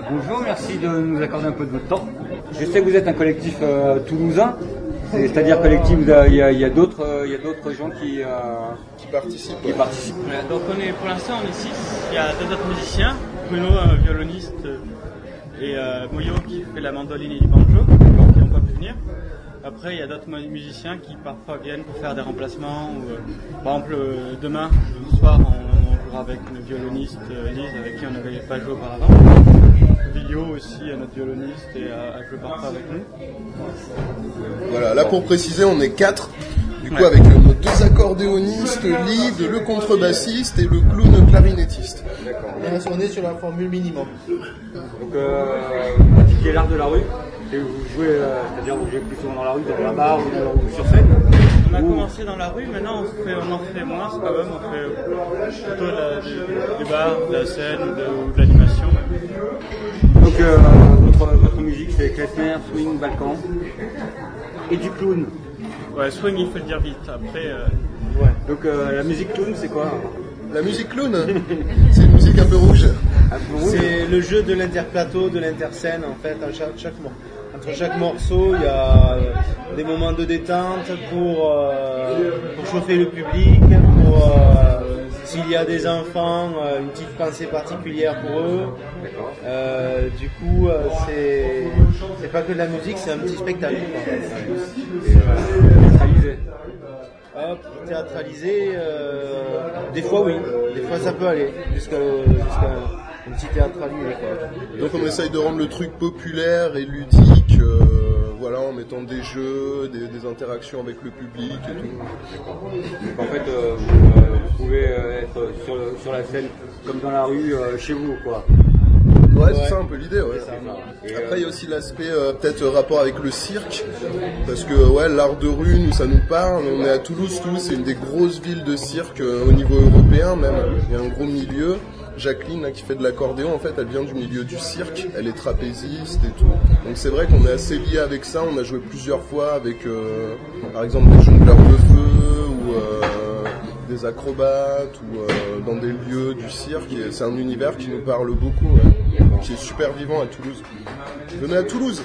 Bonjour, merci de nous accorder un peu de votre temps. Je sais que vous êtes un collectif toulousain, c'est-à-dire collectif, il y a d'autres gens qui participent. Donc pour l'instant on est 6, il y a 2 autres musiciens, Bruno, un violoniste, et Moyo qui fait la mandoline et du banjo, qui n'ont pas pu venir. Après, il y a d'autres musiciens qui parfois viennent pour faire des remplacements. Ou, par exemple, demain, ce soir, on jouera avec une violoniste, Lise, avec qui on n'avait pas joué auparavant. Vilio aussi, notre violoniste, a joué parfois avec nous. Voilà, là pour préciser, on est 4. Du coup, avec nos 2 accordéonistes, lead, le contrebassiste et le clown clarinettiste. D'accord. On est sur la formule minimum. Donc, vous pratiquez l'art de la rue. Et vous jouez, c'est-à-dire vous jouez plus souvent dans la rue, dans la bar ou sur scène. On a commencé dans la rue, maintenant on en fait moins quand même, on fait plutôt des bars, de la scène ou de l'animation. Donc votre musique c'est klezmer, swing, balkan et du clown. Ouais, swing il faut le dire vite, après... Donc la musique clown c'est quoi? La musique clown, c'est une musique un peu rouge. C'est le jeu de l'interplateau, de l'interscène en fait, entre chaque morceau, il y a des moments de détente pour chauffer le public, pour s'il y a des enfants, une petite pensée particulière pour eux. Du coup, c'est pas que de la musique, c'est un petit spectacle. Théâtralisé, des fois oui, des fois ça peut aller jusqu'à un petit théâtralisé quoi. Donc on essaye de rendre le truc populaire et ludique, voilà, en mettant des jeux, des interactions avec le public et tout. Donc en fait vous pouvez être sur la scène comme dans la rue chez vous quoi. Ouais, c'est ça un peu l'idée, ouais. Après, il y a aussi l'aspect, peut-être rapport avec le cirque, parce que, ouais, l'art de rue, nous, ça nous parle. On est à Toulouse, c'est une des grosses villes de cirque au niveau européen, même. Il y a un gros milieu. Jacqueline, là, qui fait de l'accordéon, en fait, elle vient du milieu du cirque. Elle est trapéziste et tout. Donc, c'est vrai qu'on est assez lié avec ça. On a joué plusieurs fois avec, par exemple, des jongleurs de feu ou des acrobates ou dans des lieux du cirque. Et c'est un univers qui nous parle beaucoup, ouais, qui est super vivant à Toulouse. Venez à Toulouse.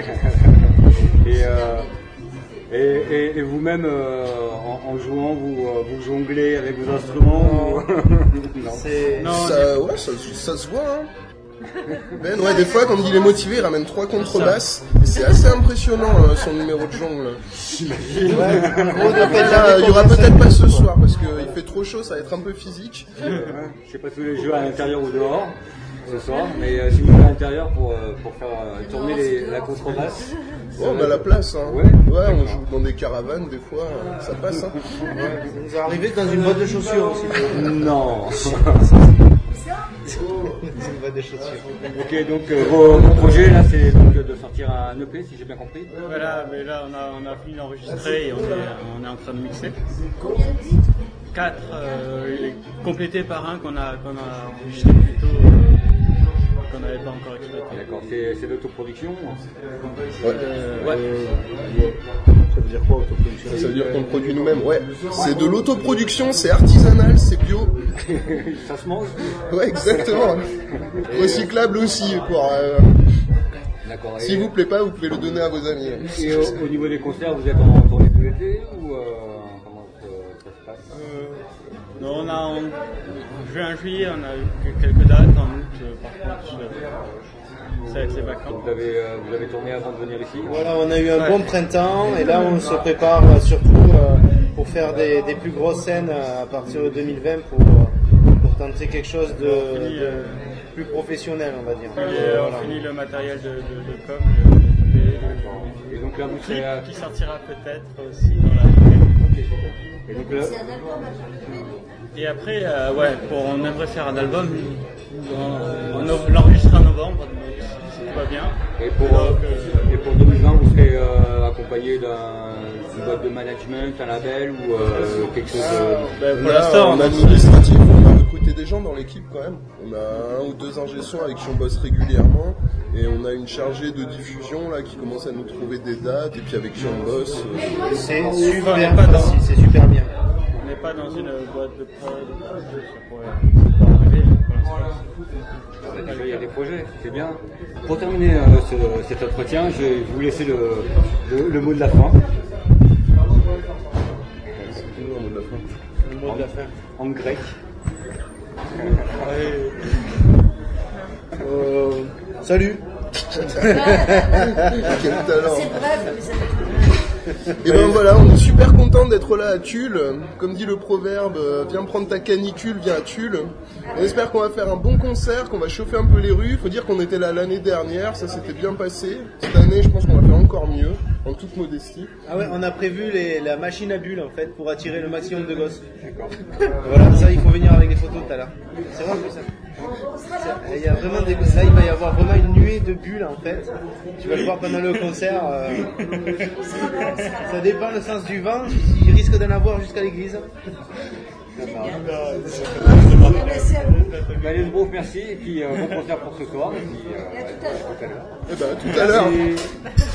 Et vous-même, en jouant, vous jonglez avec vos instruments ça se voit, hein. Ben ouais, des fois quand il est motivé, il ramène 3 contrebasses et c'est assez impressionnant son numéro de jongle. Il y aura peut-être pas ce soir parce qu'il fait trop chaud, ça va être un peu physique. Je sais pas si vous voulez jouer à l'intérieur ou dehors ce soir, mais si vous jouez à l'intérieur pour faire tourner la contrebasse. Oh, on a la place, hein. Ouais, on joue dans des caravanes, des fois, ça passe, hein. Ouais, ça nous est arrivé dans une boîte de chaussures aussi. Non. C'est une boîte de chaussures. Ok, donc mon projet là, c'est donc de sortir un EP, si j'ai bien compris. Voilà, mais là on a fini d'enregistrer et on est en train de mixer. 4 complétés par un qu'on a enregistré plus tôt. Qu'on n'avait pas encore exploité. D'accord, c'est l'autoproduction. Ouais. Ça veut dire quoi autoproduction? Ça veut dire qu'on le produit nous-mêmes, ouais. C'est de l'autoproduction, c'est artisanal, c'est bio. Ça se mange. Ouais, exactement. Recyclable aussi, pour... D'accord. S'il vous plaît pas, vous pouvez le donner à vos amis. Et au niveau des concerts, vous êtes en tournée tout l'été ou comment ça se passe? Non, en juin, juillet, on a eu quelques dates. En août, par contre, c'est avec les vacances. Vous avez tourné avant de venir ici? Voilà, on a eu un bon printemps et là on se prépare surtout pour faire des plus grosses scènes à partir de 2020 pour tenter quelque chose de plus professionnel, on va dire. On finit le matériel de com, et donc là, vous serez qui sortira peut-être aussi dans la... Et donc là... Et après, on aimerait faire un album, on l'enregistre en novembre, si tout va bien. Et pour 2020, vous serez accompagné d'une boîte de management, un label ou quelque chose pour l'instant, on a administratif, on a recruté des gens dans l'équipe quand même. On a 1 ou 2 ingé-sons avec qui on bosse régulièrement. Et on a une chargée de diffusion là qui commence à nous trouver des dates et puis avec qui on bosse. C'est super bien. On n'est pas dans une boîte de prod, ça pourrait arriver pour l'instant. y a des projets, c'est bien. Pour terminer cet entretien, je vais vous laisser le mot de la fin. Le mot de la fin. En grec. Salut. Quel talent. C'est bref, mais ça Et ben voilà, on est super content d'être là à Tulle. Comme dit le proverbe, viens prendre ta canicule, viens à Tulle. On espère qu'on va faire un bon concert, qu'on va chauffer un peu les rues. Faut dire qu'on était là l'année dernière, ça s'était bien passé. Cette année, je pense qu'on va faire encore mieux, en toute modestie. Ah ouais, on a prévu la machine à bulles en fait pour attirer le maximum de gosses. Voilà, ça il faut venir avec des photos tout à l'heure. C'est vrai que ça. Il y a vraiment des... Là il va y avoir vraiment une nuée de bulles en fait. Tu vas le voir pendant le concert. Ça dépend le sens du vent, il risque d'en avoir jusqu'à l'église. Allez, le merci, et puis bon concert pour ce soir, et puis à tout à l'heure. Et ben tout à l'heure.